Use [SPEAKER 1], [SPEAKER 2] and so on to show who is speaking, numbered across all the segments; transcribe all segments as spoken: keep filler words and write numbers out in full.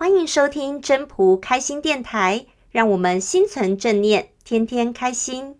[SPEAKER 1] 欢迎收听真仆开心电台，让我们心存正念，天天开心。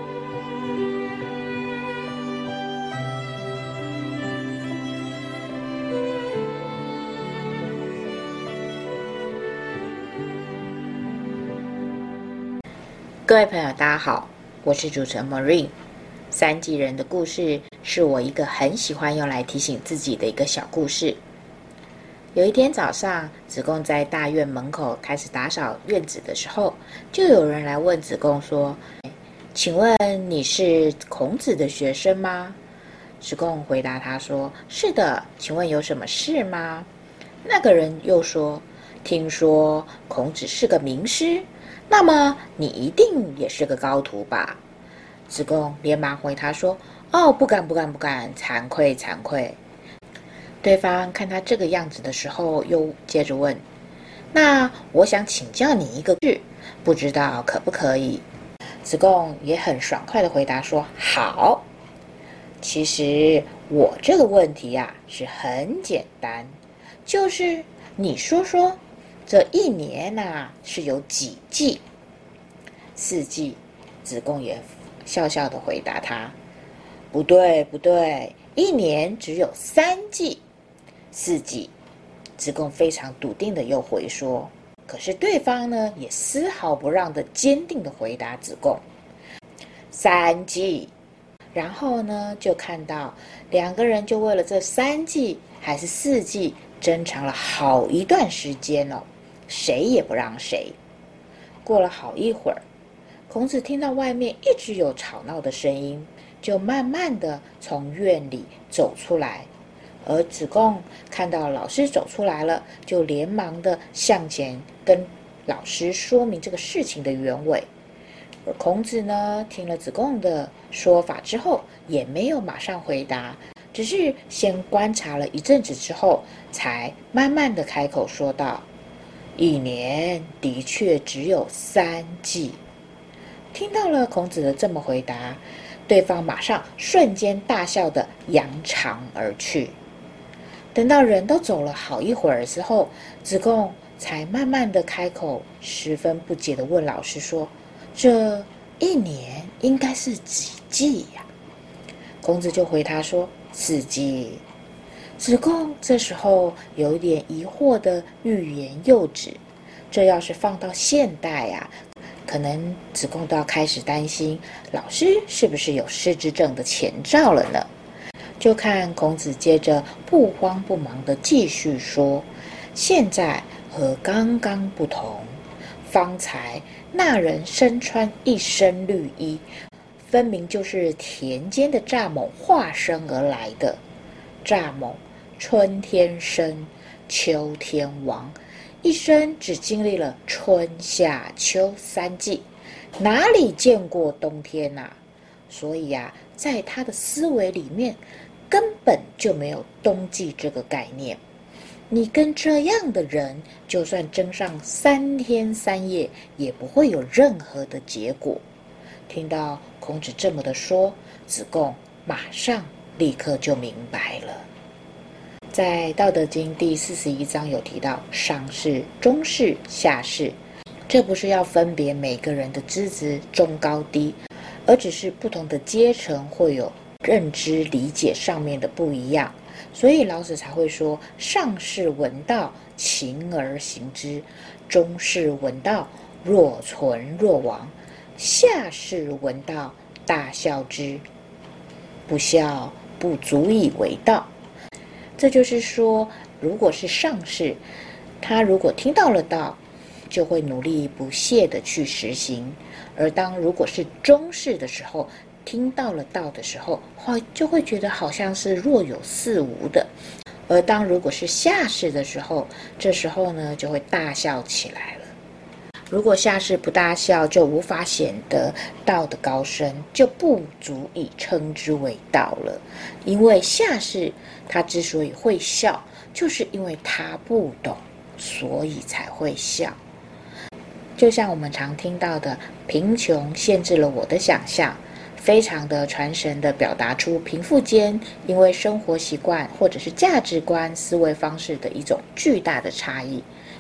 [SPEAKER 2] 各位朋友大家好，我是主持人 Marine。 三季人的故事是我一个很喜欢用来提醒自己的一个小故事。有一天早上，子贡在大院门口开始打扫院子的时候，就有人来问子贡说，请问你是孔子的学生吗？子贡回答他说，是的，请问有什么事吗？那个人又说，听说孔子是个名师，那么你一定也是个高徒吧？子贡连忙回他说，哦，不敢不敢不敢，惭愧惭愧。对方看他这个样子的时候，又接着问，那我想请教你一个事，不知道可不可以？子贡也很爽快地回答说，好。其实我这个问题啊是很简单，就是你说说这一年啊是有几季？四季。子贡也笑笑地回答他，不对不对，一年只有三季。四季。子贡非常笃定的又回说，可是对方呢也丝毫不让的坚定的回答子贡，三季。然后呢就看到两个人就为了这三季还是四季争吵了好一段时间哦，谁也不让谁。过了好一会儿，孔子听到外面一直有吵闹的声音，就慢慢的从院里走出来。而子贡看到老师走出来了，就连忙的向前跟老师说明这个事情的原委。而孔子呢，听了子贡的说法之后，也没有马上回答，只是先观察了一阵子之后，才慢慢的开口说道，一年的确只有三季。听到了孔子的这么回答，对方马上瞬间大笑的扬长而去。等到人都走了好一会儿之后，子贡才慢慢的开口，十分不解的问老师说，这一年应该是几季呀？孔子就回他说，四季。子贡这时候有点疑惑的欲言又止，这要是放到现代啊，可能子贡都要开始担心老师是不是有失智症的前兆了呢。就看孔子接着不慌不忙地继续说，现在和刚刚不同，方才那人身穿一身绿衣，分明就是田间的蚱蜢化身而来的。蚱蜢春天生，秋天亡，一生只经历了春夏秋三季，哪里见过冬天啊？所以啊，在他的思维里面根本就没有冬季这个概念。你跟这样的人就算争上三天三夜，也不会有任何的结果。听到孔子这么的说，子贡马上立刻就明白了。在《道德经》第四十一章有提到上士、中士、下士，这不是要分别每个人的资质中高低，而只是不同的阶层会有认知理解上面的不一样，所以老子才会说，上士闻道，勤而行之；中士闻道，若存若亡；下士闻道，大笑之。不笑，不足以为道。这就是说，如果是上士，他如果听到了道，就会努力不懈地去实行；而当如果是中士的时候，听到了道的时候，就会觉得好像是若有似无的；而当如果是下士的时候，这时候呢就会大笑起来了。如果下士不大笑，就无法显得道的高深，就不足以称之为道了。因为下士他之所以会笑，就是因为他不懂，所以才会笑。就像我们常听到的，贫穷限制了我的想象，非常的传神的表达出贫富间因为生活习惯或者是价值观思维方式的一种巨大的差异。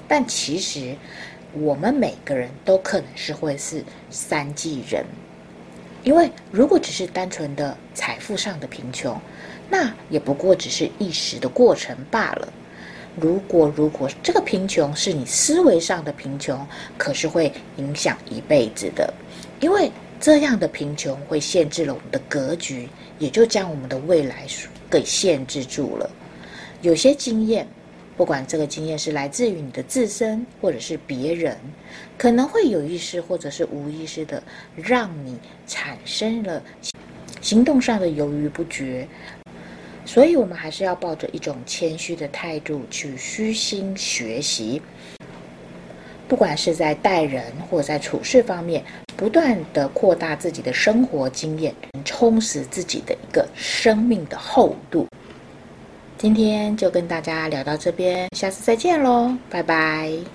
[SPEAKER 2] 但其实我们每个人都可能是会是三季人，因为如果只是单纯的财富上的贫穷，那也不过只是一时的过程罢了。如果如果这个贫穷是你思维上的贫穷，可是会影响一辈子的，因为这样的贫穷会限制了我们的格局，也就将我们的未来给限制住了。有些经验，不管这个经验是来自于你的自身或者是别人，可能会有意识或者是无意识的让你产生了行动上的犹豫不决，所以我们还是要抱着一种谦虚的态度去虚心学习，不管是在待人或在处事方面，不断的扩大自己的生活经验，充实自己的一个生命的厚度。今天就跟大家聊到这边，下次再见咯，拜拜。